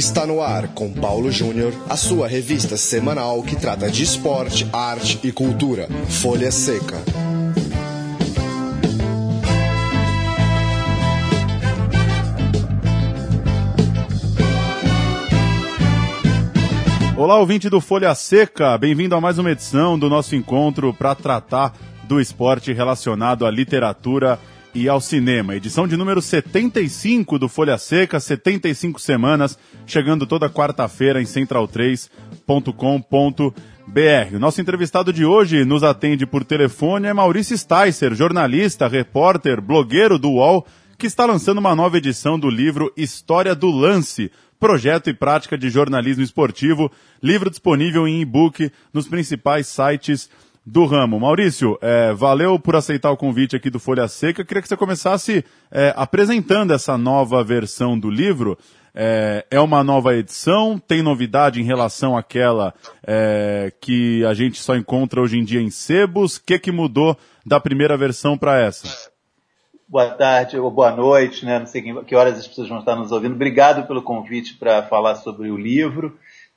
Está no ar, com Paulo Júnior, a sua revista semanal que trata de esporte, arte e cultura. Folha Seca. Olá, ouvinte do Folha Seca, bem-vindo a mais uma edição do nosso encontro para tratar do esporte relacionado à literatura e ao cinema. Edição de número 75 do Folha Seca, 75 semanas, chegando toda quarta-feira em central3.com.br. O nosso entrevistado de hoje nos atende por telefone é Maurício Sticer, jornalista, repórter, blogueiro do UOL, que está lançando uma nova edição do livro História do Lance, projeto e prática de jornalismo esportivo, livro disponível em e-book nos principais sites do ramo. Maurício, valeu por aceitar o convite aqui do Folha Seca. Queria que você começasse apresentando essa nova versão do livro. É uma nova edição? Tem novidade em relação àquela que a gente só encontra hoje em dia em sebos? O que mudou da primeira versão para essa? Boa tarde ou boa noite, né? Não sei que horas as pessoas vão estar nos ouvindo. Obrigado pelo convite para falar sobre o livro.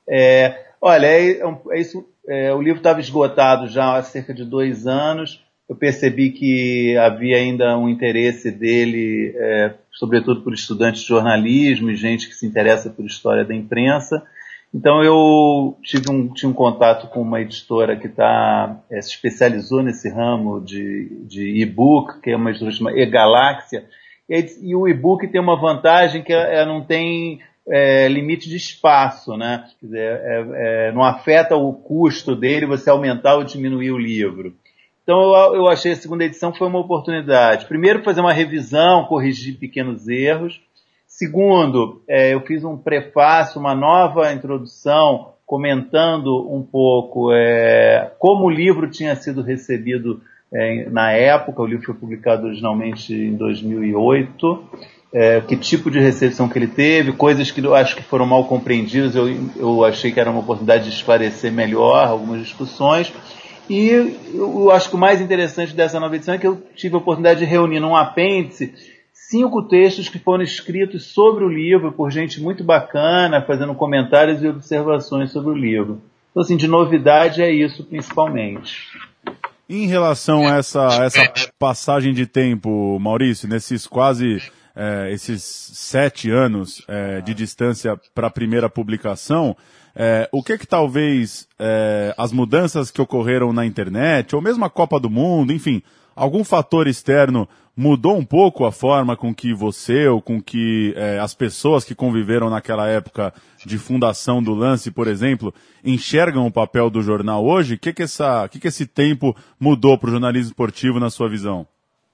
O livro estava esgotado já há cerca de 2 anos. Eu percebi que havia ainda um interesse dele, sobretudo por estudantes de jornalismo e gente que se interessa por história da imprensa. Então eu tinha um contato com uma editora que se especializou nesse ramo de e-book, que é uma editora chamada E-Galáxia, e o e-book tem uma vantagem que não tem limite de espaço, né? Quer dizer, não afeta o custo dele você aumentar ou diminuir o livro. Então eu achei a segunda edição foi uma oportunidade. Primeiro, fazer uma revisão, corrigir pequenos erros. Segundo, eu fiz um prefácio, uma nova introdução, comentando um pouco como o livro tinha sido recebido na época. O livro foi publicado originalmente em 2008, que tipo de recepção que ele teve, coisas que eu acho que foram mal compreendidas, eu achei que era uma oportunidade de esclarecer melhor algumas discussões. E eu acho que o mais interessante dessa nova edição é que eu tive a oportunidade de reunir num apêndice 5 textos que foram escritos sobre o livro por gente muito bacana, fazendo comentários e observações sobre o livro. Então, assim, de novidade é isso, principalmente. Em relação a essa passagem de tempo, Maurício, nesses quase esses 7 anos de distância para a primeira publicação, o que talvez as mudanças que ocorreram na internet, ou mesmo a Copa do Mundo, enfim, algum fator externo mudou um pouco a forma com que você ou com que as pessoas que conviveram naquela época de fundação do Lance, por exemplo, enxergam o papel do jornal hoje? O que esse tempo mudou para o jornalismo esportivo na sua visão?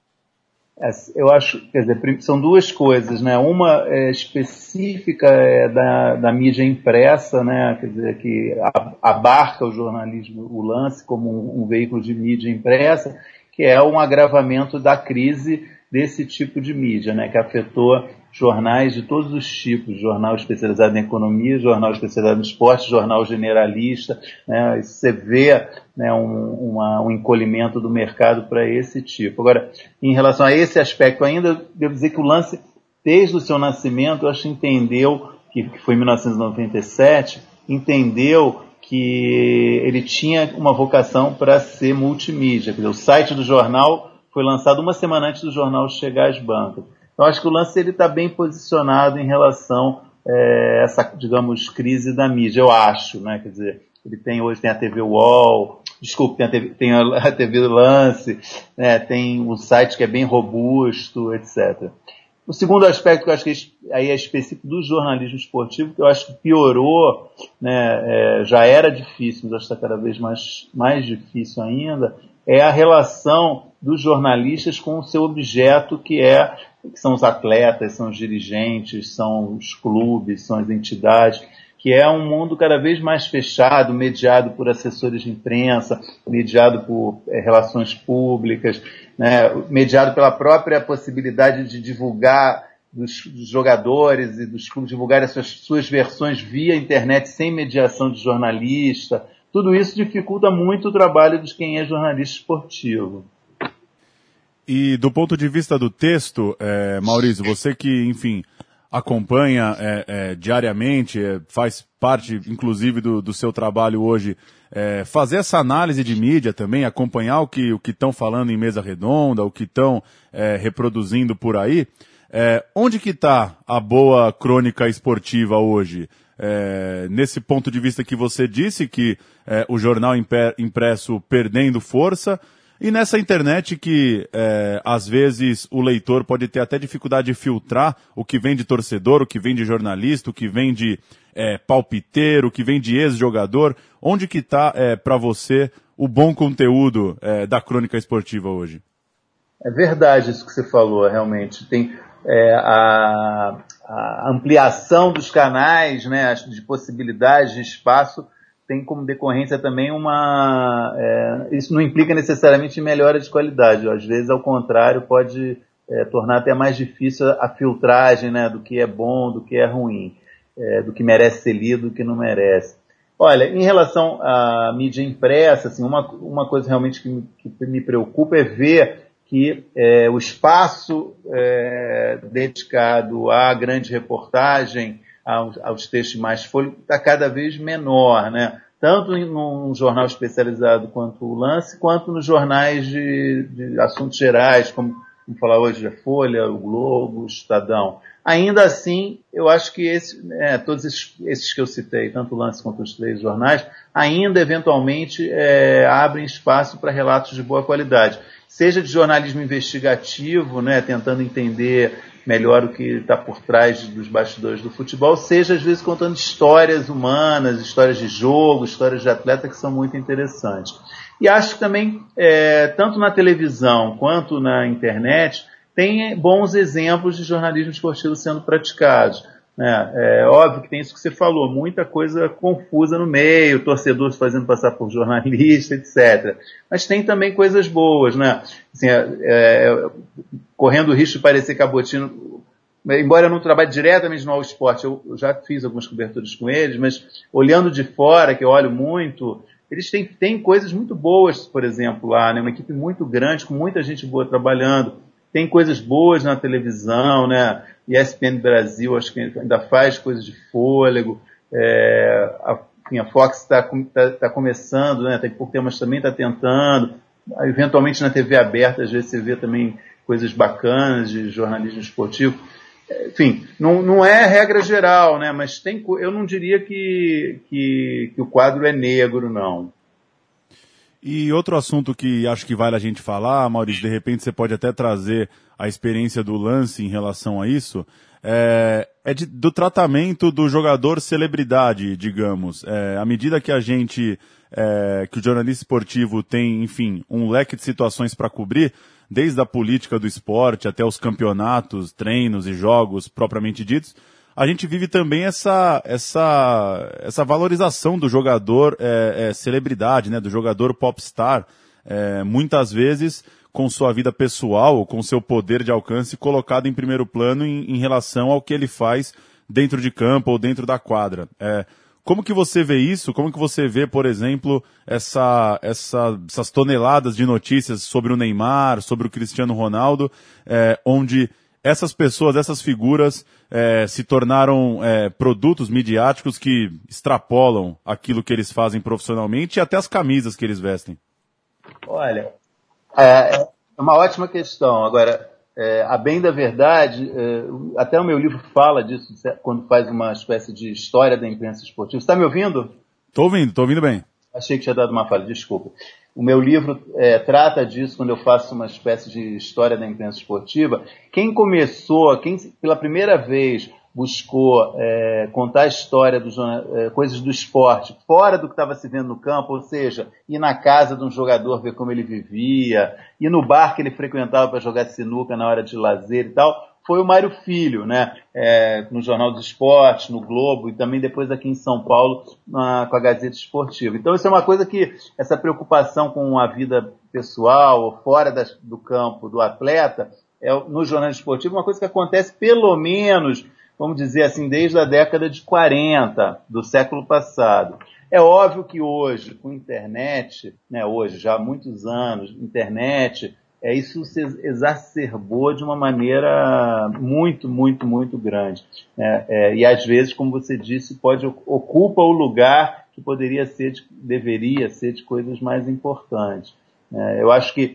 Eu acho, quer dizer, são 2 coisas, né? Uma específica da mídia impressa, né? Quer dizer, que abarca o jornalismo, o Lance, como um veículo de mídia impressa, que é um agravamento da crise desse tipo de mídia, né, que afetou jornais de todos os tipos, jornal especializado em economia, jornal especializado em esporte, jornal generalista, né, você vê, né, um encolhimento do mercado para esse tipo. Agora, em relação a esse aspecto ainda, devo dizer que o Lance, desde o seu nascimento, eu acho que entendeu, que foi em 1997, entendeu que ele tinha uma vocação para ser multimídia. Quer dizer, o site do jornal foi lançado 1 semana antes do jornal chegar às bancas. Então, acho que o Lance está bem posicionado em relação a essa, digamos, crise da mídia, eu acho, né? Quer dizer, ele hoje tem a TV UOL, tem a TV Lance, né? Tem um site que é bem robusto, etc. O segundo aspecto que eu acho que aí é específico do jornalismo esportivo, que eu acho que piorou, né, já era difícil, mas acho que está cada vez mais difícil ainda, é a relação dos jornalistas com o seu objeto, que são os atletas, são os dirigentes, são os clubes, são as entidades, que é um mundo cada vez mais fechado, mediado por assessores de imprensa, mediado por relações públicas, né, mediado pela própria possibilidade de divulgar dos jogadores e dos clubes, divulgar as suas versões via internet sem mediação de jornalista. Tudo isso dificulta muito o trabalho de quem é jornalista esportivo. E do ponto de vista do texto, Maurício, você que, enfim, acompanha diariamente, faz parte, inclusive, do seu trabalho hoje, fazer essa análise de mídia também, acompanhar o que estão falando em mesa redonda, o que estão reproduzindo por aí. Onde que está a boa crônica esportiva hoje? Nesse ponto de vista que você disse, que o jornal impresso perdendo força, e nessa internet que, às vezes, o leitor pode ter até dificuldade de filtrar o que vem de torcedor, o que vem de jornalista, o que vem de palpiteiro, o que vem de ex-jogador. Onde que está, para você, o bom conteúdo da crônica esportiva hoje? É verdade isso que você falou, realmente. Tem a ampliação dos canais, né, de possibilidades de espaço, tem como decorrência também isso não implica necessariamente em melhora de qualidade. Às vezes, ao contrário, pode tornar até mais difícil a filtragem, né, do que é bom, do que é ruim, do que merece ser lido, do que não merece. Olha, em relação à mídia impressa, assim, uma coisa realmente que me preocupa é ver que o espaço dedicado à grande reportagem, aos textos mais folha, está cada vez menor, né? Tanto num jornal especializado quanto o Lance, quanto nos jornais de assuntos gerais, como falar hoje a Folha, o Globo, o Estadão. Ainda assim, eu acho que todos esses que eu citei, tanto o Lance quanto os 3 jornais, ainda eventualmente abrem espaço para relatos de boa qualidade. Seja de jornalismo investigativo, né, tentando entender melhor o que está por trás dos bastidores do futebol, seja às vezes contando histórias humanas, histórias de jogo, histórias de atleta que são muito interessantes. E acho que também, tanto na televisão quanto na internet, tem bons exemplos de jornalismo esportivo sendo praticados. É óbvio que tem isso que você falou, muita coisa confusa no meio, torcedores fazendo passar por jornalista, etc. Mas tem também coisas boas, né? Assim, correndo o risco de parecer cabotino, embora eu não trabalhe diretamente no All Sport, eu já fiz algumas coberturas com eles, mas olhando de fora, que eu olho muito, eles têm coisas muito boas, por exemplo, lá, né? Uma equipe muito grande, com muita gente boa trabalhando. Tem coisas boas na televisão, né? ESPN Brasil, acho que ainda faz coisas de fôlego. A Fox está começando, né? Tem por temas também está tentando. Eventualmente na TV aberta, às vezes você vê também coisas bacanas de jornalismo esportivo. Enfim, não é regra geral, né? Mas eu não diria que o quadro é negro, não. E outro assunto que acho que vale a gente falar, Maurício, de repente você pode até trazer a experiência do Lance em relação a isso, do tratamento do jogador celebridade, digamos. À medida que que o jornalista esportivo tem, enfim, um leque de situações para cobrir, desde a política do esporte até os campeonatos, treinos e jogos propriamente ditos, a gente vive também essa valorização do jogador celebridade, né, do jogador popstar, muitas vezes com sua vida pessoal, com seu poder de alcance colocado em primeiro plano em relação ao que ele faz dentro de campo ou dentro da quadra. Como que você vê isso? Como que você vê, por exemplo, essas toneladas de notícias sobre o Neymar, sobre o Cristiano Ronaldo, onde essas pessoas, essas figuras se tornaram produtos midiáticos que extrapolam aquilo que eles fazem profissionalmente e até as camisas que eles vestem? Olha, é uma ótima questão. Agora, a bem da verdade, até o meu livro fala disso, quando faz uma espécie de história da imprensa esportiva. Você está me ouvindo? Estou ouvindo bem. Achei que tinha dado uma falha, desculpa. O meu livro trata disso quando eu faço uma espécie de história da imprensa esportiva. Quem pela primeira vez buscou contar a história coisas do esporte, fora do que estava se vendo no campo, ou seja, ir na casa de um jogador, ver como ele vivia, ir no bar que ele frequentava para jogar sinuca na hora de lazer e tal, foi o Mário Filho, né? No Jornal dos Esportes, no Globo e também depois aqui em São Paulo com a Gazeta Esportiva. Então isso é uma coisa que, essa preocupação com a vida pessoal ou fora do campo do atleta, no jornalismo esportivo, uma coisa que acontece pelo menos, vamos dizer assim, desde a década de 40 do século passado. É óbvio que hoje, com internet, né, hoje já há muitos anos, internet, isso se exacerbou de uma maneira muito, muito, muito grande. E às vezes, como você disse, ocupa o lugar que deveria ser de coisas mais importantes. Eu acho que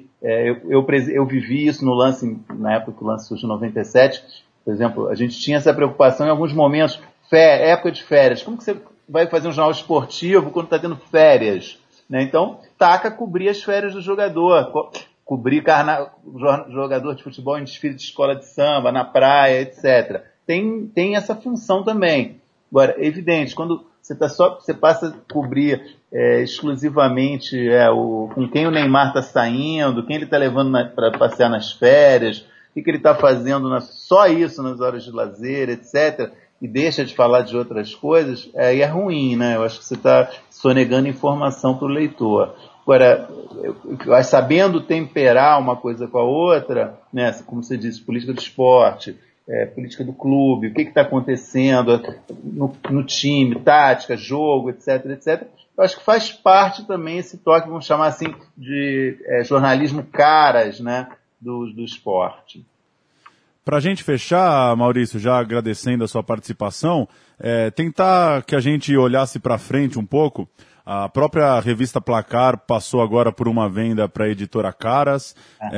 eu vivi isso no lance, na época que o lance surgiu em 97, por exemplo, a gente tinha essa preocupação em alguns momentos, época de férias. Como que você vai fazer um jornal esportivo quando está tendo férias? Então, cobrir as férias do jogador, cobrir jogador de futebol em desfile de escola de samba, na praia, etc. Tem essa função também. Agora, é evidente, quando você passa a cobrir exclusivamente com quem o Neymar está saindo, quem ele está levando para passear nas férias, o que ele está fazendo só isso nas horas de lazer, etc., e deixa de falar de outras coisas, aí é ruim, né? Eu acho que você está sonegando informação para o leitor. Agora, sabendo temperar uma coisa com a outra, né? Como você disse, política do esporte, política do clube, o que está acontecendo no time, tática, jogo, etc., etc., eu acho que faz parte também esse toque, vamos chamar assim, de jornalismo caras, né, do esporte. Para a gente fechar, Maurício, já agradecendo a sua participação, tentar que a gente olhasse para frente um pouco. A própria revista Placar passou agora por uma venda para a editora Caras.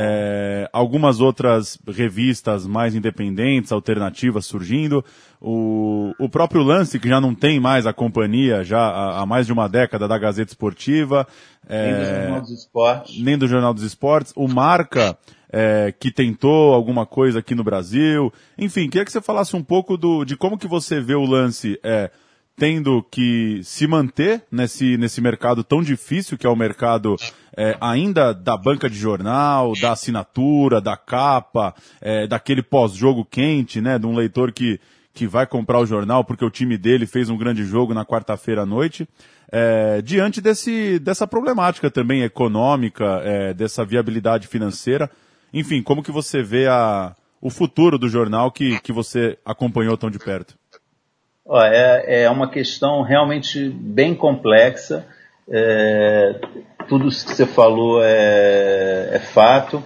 Algumas outras revistas mais independentes, alternativas surgindo. O próprio Lance, que já não tem mais a companhia já há mais de uma década da Gazeta Esportiva. Nem do Jornal dos Esportes. Nem do Jornal dos Esportes. O Marca, que tentou alguma coisa aqui no Brasil. Enfim, queria que você falasse um pouco de como que você vê o Lance tendo que se manter nesse mercado tão difícil que é o mercado ainda da banca de jornal, da assinatura, da capa, daquele pós-jogo quente, né, de um leitor que vai comprar o jornal porque o time dele fez um grande jogo na quarta-feira à noite, diante dessa problemática também econômica, dessa viabilidade financeira. Enfim, como que você vê o futuro do jornal que você acompanhou tão de perto? É uma questão realmente bem complexa. Tudo isso que você falou é fato.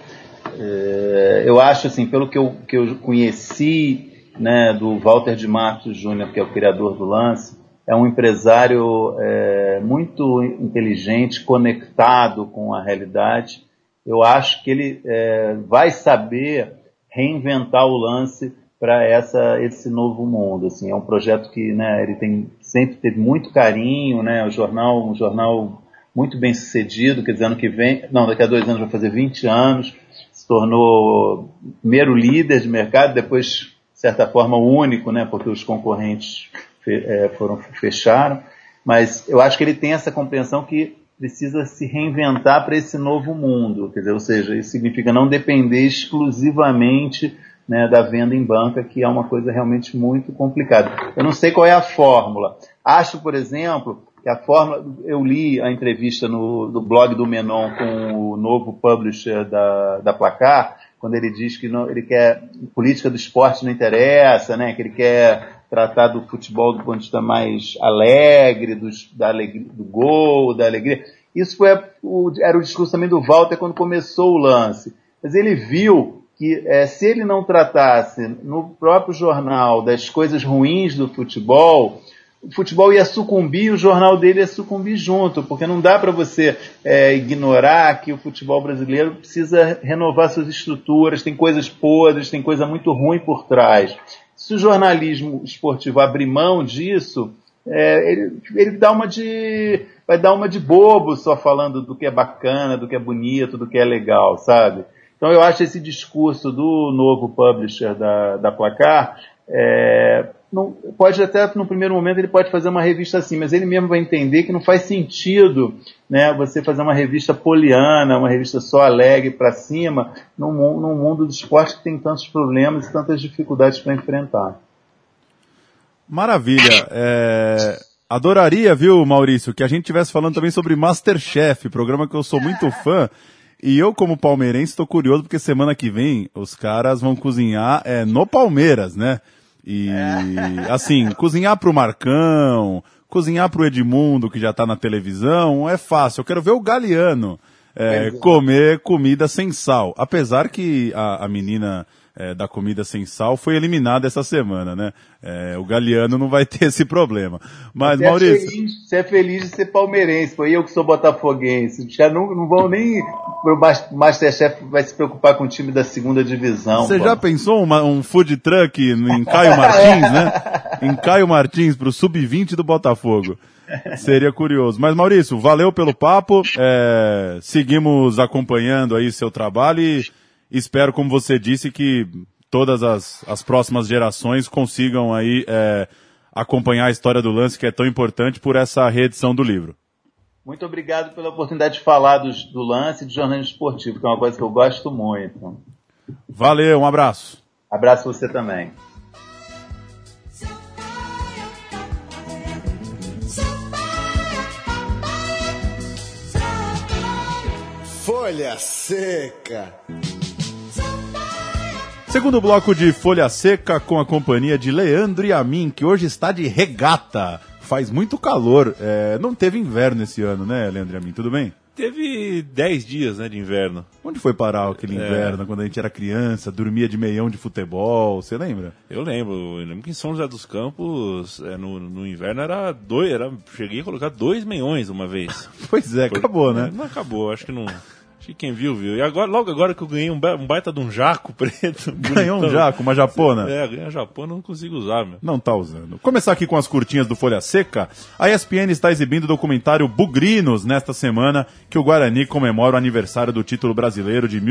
Eu acho, assim, pelo que eu conheci, né, do Walter de Matos Júnior, que é o criador do Lance, é um empresário muito inteligente, conectado com a realidade. Eu acho que ele vai saber reinventar o Lance para esse novo mundo. Assim, é um projeto que, né, ele sempre teve muito carinho, né, um jornal muito bem sucedido, quer dizer, daqui a 2 anos vai fazer 20 anos, se tornou primeiro líder de mercado, depois, de certa forma, único, né, porque os concorrentes fecharam, mas eu acho que ele tem essa compreensão que precisa se reinventar para esse novo mundo, quer dizer, ou seja, isso significa não depender exclusivamente, né, da venda em banca, que é uma coisa realmente muito complicada. Eu não sei qual é a fórmula. Acho, por exemplo, que a fórmula... Eu li a entrevista no blog do Menon com o novo publisher da Placar, quando ele diz que ele quer... Política do esporte não interessa, né, que ele quer tratar do futebol do ponto de vista mais alegre, do gol, da alegria. Isso era o discurso também do Walter quando começou o Lance. Mas ele viu que se ele não tratasse no próprio jornal das coisas ruins do futebol, o futebol ia sucumbir e o jornal dele ia sucumbir junto, porque não dá para você ignorar que o futebol brasileiro precisa renovar suas estruturas, tem coisas podres, tem coisa muito ruim por trás. Se o jornalismo esportivo abrir mão disso, ele vai dar uma de bobo só falando do que é bacana, do que é bonito, do que é legal, sabe? Então eu acho esse discurso do novo publisher da Placar, pode até no primeiro momento ele pode fazer uma revista assim, mas ele mesmo vai entender que não faz sentido, né, você fazer uma revista poliana, uma revista só alegre para cima, num mundo do esporte que tem tantos problemas e tantas dificuldades para enfrentar. Maravilha. Adoraria, viu, Maurício, que a gente estivesse falando também sobre MasterChef, programa que eu sou muito fã. E eu, como palmeirense, estou curioso porque semana que vem os caras vão cozinhar no Palmeiras, né? E, assim, cozinhar pro Marcão, cozinhar pro Edmundo, que já tá na televisão, é fácil. Eu quero ver o Galeano comer comida sem sal. Apesar que a menina da comida sem sal foi eliminada essa semana, né? O Galeano não vai ter esse problema. Mas, Maurício... Você é feliz de ser palmeirense, foi eu que sou botafoguense. Já não vão nem... O Masterchef vai se preocupar com o time da segunda divisão. Você já pensou um food truck em Caio Martins, né? Em Caio Martins, pro Sub-20 do Botafogo. Seria curioso. Mas, Maurício, valeu pelo papo. Seguimos acompanhando aí seu trabalho e espero, como você disse, que todas as próximas gerações consigam aí acompanhar a história do lance, que é tão importante, por essa reedição do livro. Muito obrigado pela oportunidade de falar do lance e do jornalismo esportivo, que é uma coisa que eu gosto muito. Valeu, um abraço. Abraço você também. Folha Seca. Segundo bloco de Folha Seca, com a companhia de Leandro e a mim, que hoje está de regata. Faz muito calor. Não teve inverno esse ano, né, Leandro e a mim? Tudo bem? Teve 10 dias, né, de inverno. Onde foi parar aquele inverno, quando a gente era criança, dormia de meião de futebol, você lembra? Eu lembro que em São José dos Campos, no inverno cheguei a colocar 2 meiões uma vez. Pois é, acabou, né? Não acabou, acho que não... Acho que quem viu. E agora, logo agora que eu ganhei um baita de um jaco preto. Ganhou um jaco, uma japona? Ganhei a japona, não consigo usar, meu. Não tá usando. Começar aqui com as curtinhas do Folha Seca. A ESPN está exibindo o documentário Bugrinos nesta semana, que o Guarani comemora o aniversário do título brasileiro de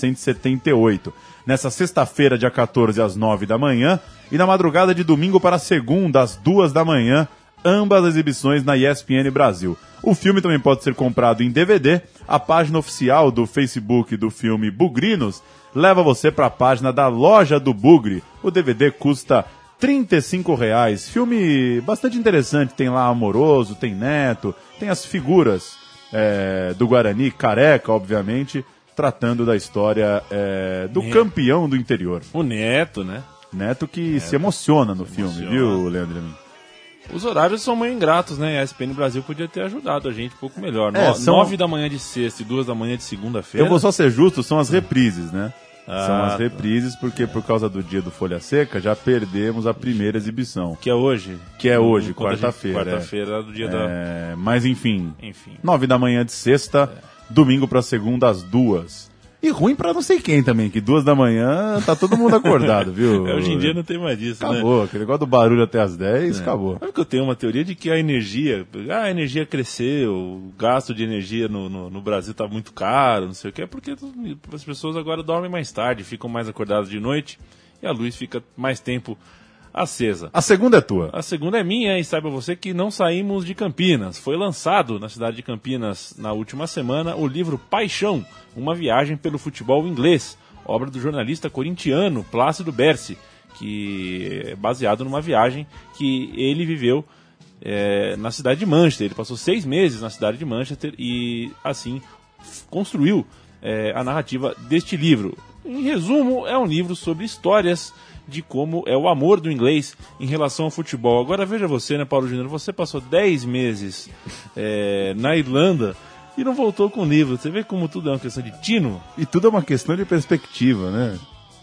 1978. Nessa sexta-feira, dia 14, às 9 da manhã, e na madrugada de domingo para segunda, às 2 da manhã, ambas as exibições na ESPN Brasil. O filme também pode ser comprado em DVD. A página oficial do Facebook do filme Bugrinos leva você para a página da Loja do Bugre. O DVD custa R$ 35,00. Filme bastante interessante. Tem lá Amoroso, tem Neto, tem as figuras do Guarani, Careca, obviamente, tratando da história do campeão do interior. O Neto, né? Neto que se emociona no filme, viu, Leandro? Os horários são meio ingratos, né? A ESPN Brasil podia ter ajudado a gente um pouco melhor. 9 da manhã de sexta e 2 da manhã de segunda-feira. Eu vou só ser justo, são as reprises, né? São as reprises, porque por causa do dia do Folha Seca, já perdemos a primeira exibição. Que é hoje? Que é hoje, quarta-feira. Quarta-feira do dia da... Mas enfim, 9 da manhã de sexta, domingo pra segunda às 2. E ruim pra não sei quem também, que 2 da manhã tá todo mundo acordado, viu? Hoje em dia não tem mais disso, acabou, né? Aquele negócio do barulho até as 10, acabou. Sabe que eu tenho uma teoria de que a energia cresceu, o gasto de energia no Brasil tá muito caro, não sei o que, é porque as pessoas agora dormem mais tarde, ficam mais acordadas de noite e a luz fica mais tempo acesa. A segunda é tua. A segunda é minha, e saiba você que não saímos de Campinas. Foi lançado na cidade de Campinas na última semana o livro Paixão, uma viagem pelo futebol inglês, obra do jornalista corintiano Plácido Berci, que é baseado numa viagem que ele viveu na cidade de Manchester. Ele passou 6 meses na cidade de Manchester e assim construiu a narrativa deste livro. Em resumo, é um livro sobre histórias de como é o amor do inglês em relação ao futebol. Agora veja você, né, Paulo Júnior, você passou 10 meses na Irlanda e não voltou com o livro. Você vê como tudo é uma questão de tino? E tudo é uma questão de perspectiva, né?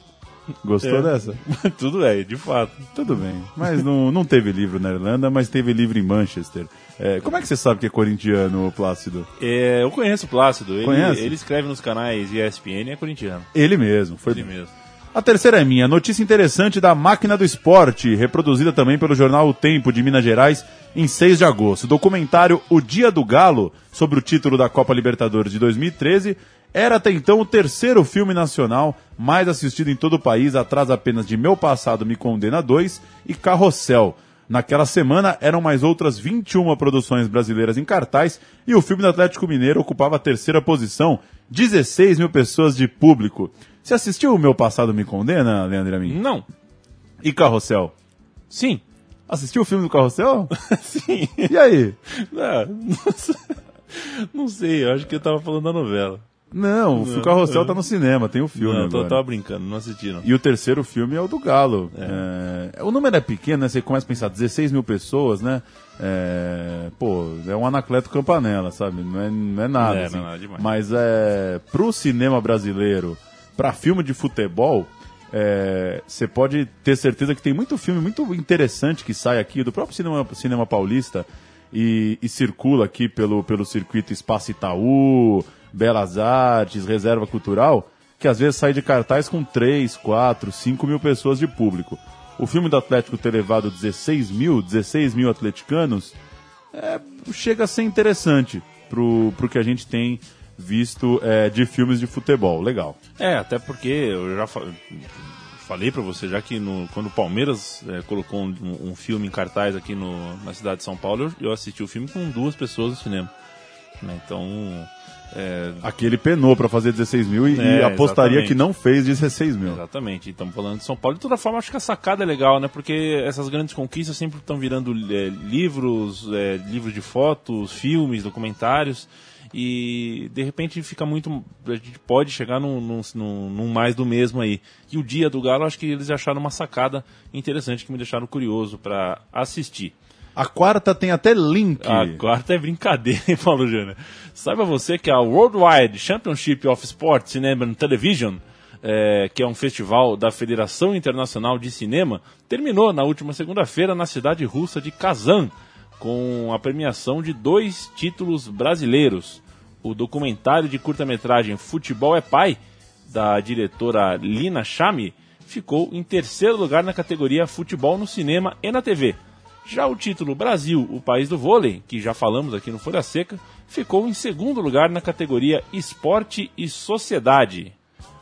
Gostou dessa? Tudo de fato. Tudo bem. Mas não teve livro na Irlanda, mas teve livro em Manchester. Como é que você sabe que é corintiano, Plácido? Eu conheço o Plácido. Conhece? Ele escreve nos canais ESPN e é corintiano. Ele mesmo. Ele mesmo. A terceira é minha. Notícia interessante da Máquina do Esporte, reproduzida também pelo jornal O Tempo de Minas Gerais, em 6 de agosto. O documentário O Dia do Galo, sobre o título da Copa Libertadores de 2013, era até então o terceiro filme nacional mais assistido em todo o país, atrás apenas de Meu Passado Me Condena 2 e Carrossel. Naquela semana eram mais outras 21 produções brasileiras em cartaz e o filme do Atlético Mineiro ocupava a terceira posição, 16 mil pessoas de público. Você assistiu O Meu Passado Me Condena, Leandro Amin? Não. E Carrossel? Sim. Assistiu o filme do Carrossel? Sim. E aí? Não sei, eu acho que eu tava falando da novela. Não, o Carrossel tá no cinema, tem o filme Não, agora. eu tava brincando, não assisti não. E o terceiro filme é o do Galo. O número é pequeno, né? Você começa a pensar, 16 mil pessoas, né? É um Anacleto Campanella, sabe? Não é nada. Assim. Não é nada demais. Mas pro cinema brasileiro, pra filme de futebol, você pode ter certeza que tem muito filme muito interessante que sai aqui, do próprio cinema paulista, e circula aqui pelo circuito Espaço Itaú, Belas Artes, Reserva Cultural, que às vezes sai de cartaz com 3, 4, 5 mil pessoas de público. O filme do Atlético ter levado 16 mil atleticanos, chega a ser interessante pro que a gente tem visto de filmes de futebol. Legal. Até porque eu já falei pra você, já que quando o Palmeiras colocou um filme em cartaz aqui na cidade de São Paulo, eu assisti o filme com 2 pessoas no cinema. Então... Aqui ele penou para fazer 16 mil e apostaria exatamente. Que não fez 16 mil. Exatamente, estamos falando de São Paulo. De toda forma, acho que a sacada é legal, né? Porque essas grandes conquistas sempre estão virando livros de fotos, filmes, documentários. E de repente fica muito. A gente pode chegar num mais do mesmo aí. E o Dia do Galo, acho que eles acharam uma sacada interessante que me deixaram curioso para assistir. A quarta tem até link. A quarta é brincadeira, hein, Paulo Júnior? Saiba você que a Worldwide Championship of Sport Cinema and Television, que é um festival da Federação Internacional de Cinema, terminou na última segunda-feira na cidade russa de Kazan, com a premiação de 2 títulos brasileiros. O documentário de curta-metragem Futebol é Pai, da diretora Lina Chami, ficou em 3º lugar na categoria Futebol no Cinema e na TV. Já o título Brasil, o País do Vôlei, que já falamos aqui no Folha Seca, ficou em 2º lugar na categoria Esporte e Sociedade.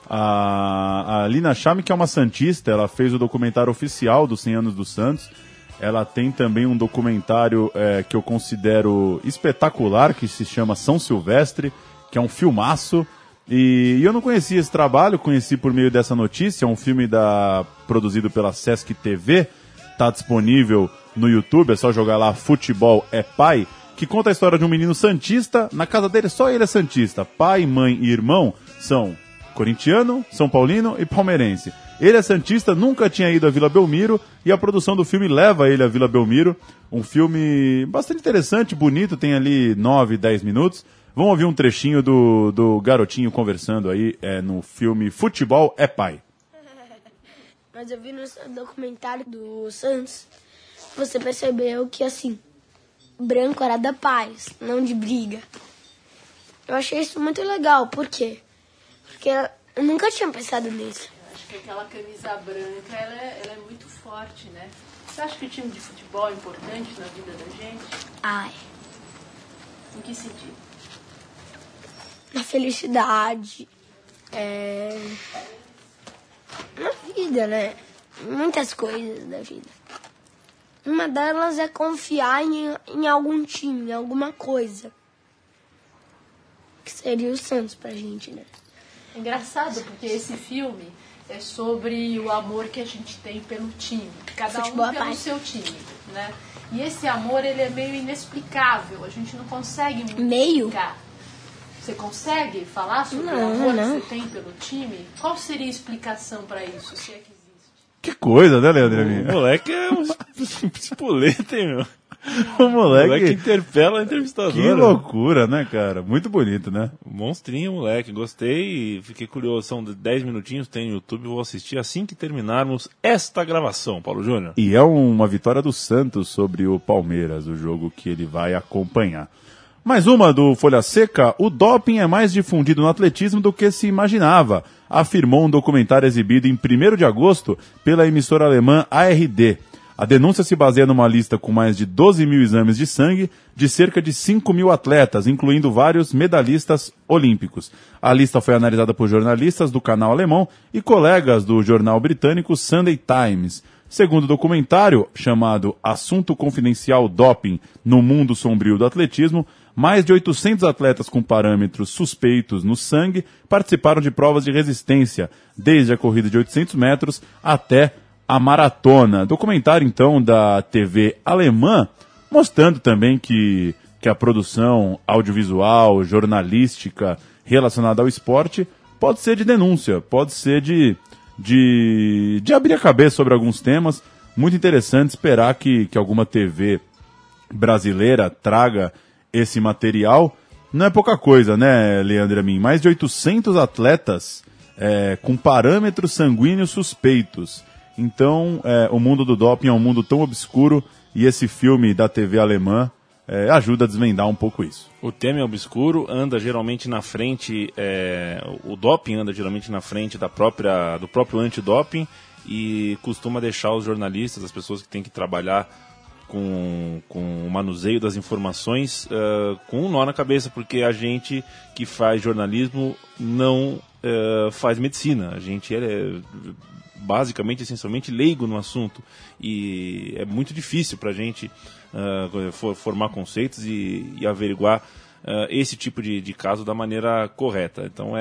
A Lina Chami, que é uma santista, ela fez o documentário oficial dos 100 anos do Santos. Ela tem também um documentário que eu considero espetacular, que se chama São Silvestre, que é um filmaço. E eu não conhecia esse trabalho, conheci por meio dessa notícia, é um filme produzido pela Sesc TV, está disponível no YouTube, é só jogar lá Futebol é Pai, que conta a história de um menino santista. Na casa dele só ele é santista, pai, mãe e irmão são corintiano, são paulino e palmeirense. Ele é santista, nunca tinha ido à Vila Belmiro e a produção do filme leva ele à Vila Belmiro. Um filme bastante interessante, bonito, tem ali 9, 10 minutos. Vamos ouvir um trechinho do garotinho conversando aí no filme Futebol é Pai. Mas eu vi no documentário do Santos, você percebeu que, assim, branco era da paz, não de briga. Eu achei isso muito legal. Por quê? Porque eu nunca tinha pensado nisso. Eu acho que aquela camisa branca, ela é muito forte, né? Você acha que o time de futebol é importante na vida da gente? Ai, Em que sentido? na felicidade, na vida, né? Muitas coisas da vida. Uma delas é confiar em algum time, em alguma coisa. Que seria o Santos pra gente, né? É engraçado, porque esse filme é sobre o amor que a gente tem pelo time. Cada Futebol um é pelo pai. seu time, né? E esse amor, ele é meio inexplicável. A gente não consegue muito Meio? explicar. Você consegue falar sobre o Não, amor não. que você tem pelo time? Qual seria a explicação para isso, se é que existe? Que coisa, né, Leandro? O moleque é um espoleta, hein, meu? O O moleque moleque... interpela a entrevistadora. Que loucura, né, cara? Muito bonito, né? Monstrinho, moleque. Gostei e fiquei curioso. São 10 minutinhos, tem no YouTube. Vou assistir assim que terminarmos esta gravação, Paulo Júnior. E é uma vitória do Santos sobre o Palmeiras, o jogo que ele vai acompanhar. Mais uma do Folha Seca: o doping é mais difundido no atletismo do que se imaginava, afirmou um documentário exibido em 1º de agosto pela emissora alemã ARD. A denúncia se baseia numa lista com mais de 12 mil exames de sangue de cerca de 5 mil atletas, incluindo vários medalhistas olímpicos. A lista foi analisada por jornalistas do canal alemão e colegas do jornal britânico Sunday Times. Segundo o documentário, chamado Assunto Confidencial Doping no Mundo Sombrio do Atletismo, mais de 800 atletas com parâmetros suspeitos no sangue participaram de provas de resistência, desde a corrida de 800 metros até a maratona. Documentário, então, da TV alemã, mostrando também que a produção audiovisual, jornalística, relacionada ao esporte, pode ser de denúncia, pode ser de abrir a cabeça sobre alguns temas. Muito interessante esperar que alguma TV brasileira traga esse material. Não é pouca coisa, né, Leandro Amin? Mais de 800 atletas com parâmetros sanguíneos suspeitos. Então, o mundo do doping é um mundo tão obscuro e esse filme da TV alemã ajuda a desvendar um pouco isso. O tema é obscuro, anda geralmente na frente, o doping anda geralmente na frente do próprio antidoping e costuma deixar os jornalistas, as pessoas que têm que trabalhar com o manuseio das informações com um nó na cabeça, porque a gente que faz jornalismo não faz medicina, a gente é basicamente, essencialmente leigo no assunto e é muito difícil para a gente formar conceitos e averiguar esse tipo de caso da maneira correta. Então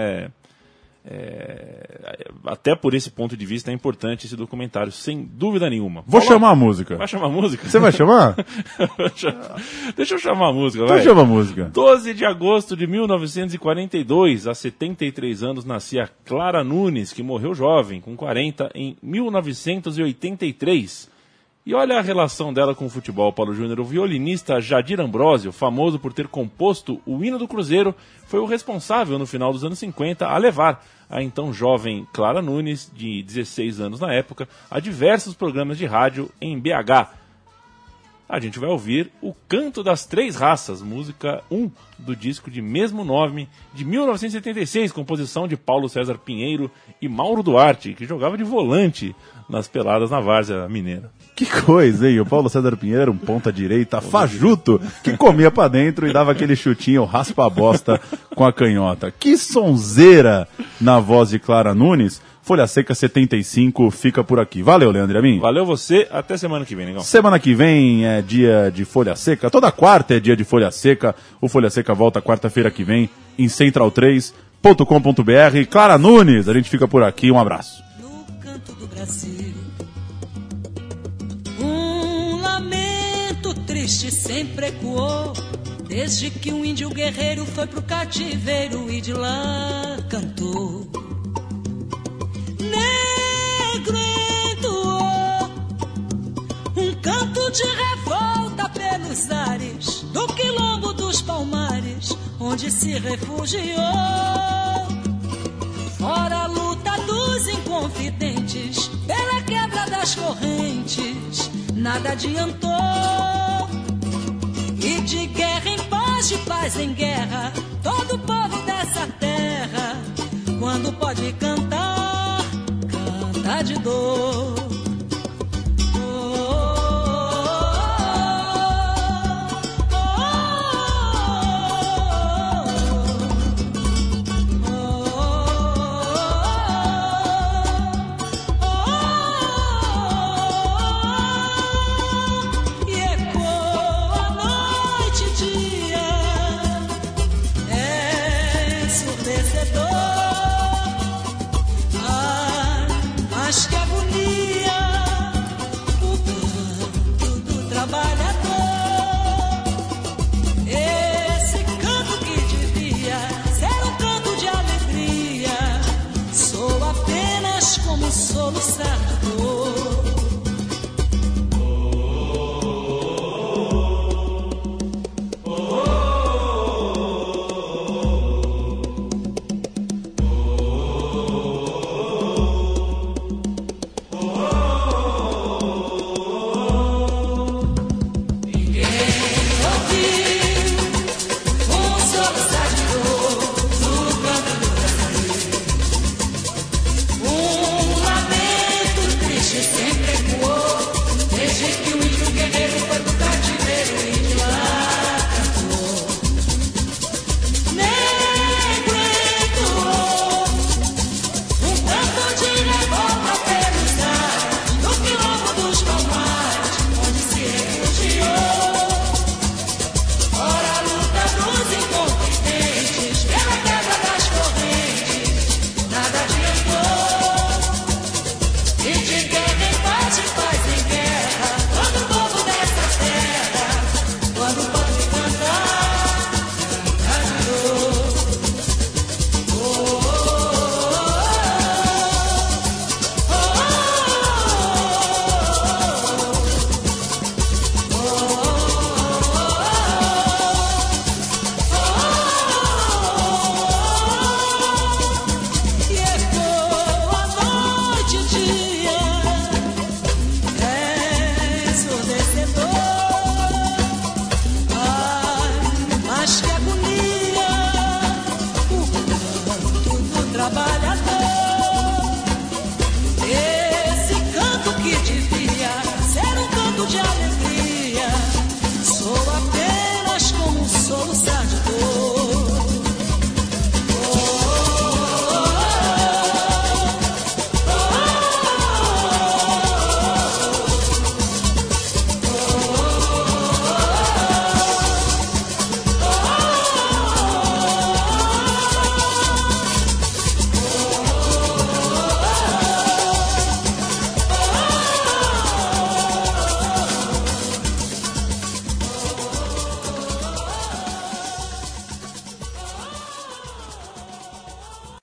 até por esse ponto de vista é importante esse documentário, sem dúvida nenhuma. Vou chamar a música. Vai chamar a música? Você vai chamar? Deixa eu chamar a música, vai. Então chama a música. 12 de agosto de 1942, há 73 anos, nascia Clara Nunes, que morreu jovem, com 40, em 1983. E olha a relação dela com o futebol, Paulo Júnior. O violinista Jadir Ambrósio, famoso por ter composto o hino do Cruzeiro, foi o responsável no final dos anos 50 a levar a então jovem Clara Nunes, de 16 anos na época, a diversos programas de rádio em BH. A gente vai ouvir O Canto das Três Raças, música 1 do disco de mesmo nome, de 1976, composição de Paulo César Pinheiro e Mauro Duarte, que jogava de volante nas peladas na várzea mineira. Que coisa, hein? O Paulo César Pinheiro, um ponta-direita fajuto, que comia pra dentro e dava aquele chutinho raspa-bosta com a canhota. Que sonzeira na voz de Clara Nunes. Folha Seca 75 fica por aqui. Valeu, Leandro Amin. Valeu você, até semana que vem, negão. Semana que vem é dia de Folha Seca, toda quarta é dia de Folha Seca. O Folha Seca volta quarta-feira que vem em central3.com.br. Clara Nunes, a gente fica por aqui, um abraço. No canto do Brasil, um lamento triste sempre ecoou, desde que um índio guerreiro foi pro cativeiro e de lá cantou. Negro entoou um canto de revolta pelos ares do quilombo dos Palmares, onde se refugiou. Fora a luta dos inconfidentes pela quebra das correntes, nada adiantou. E de guerra em paz, de paz em guerra, todo o povo dessa terra, quando pode cantar, canta de dor.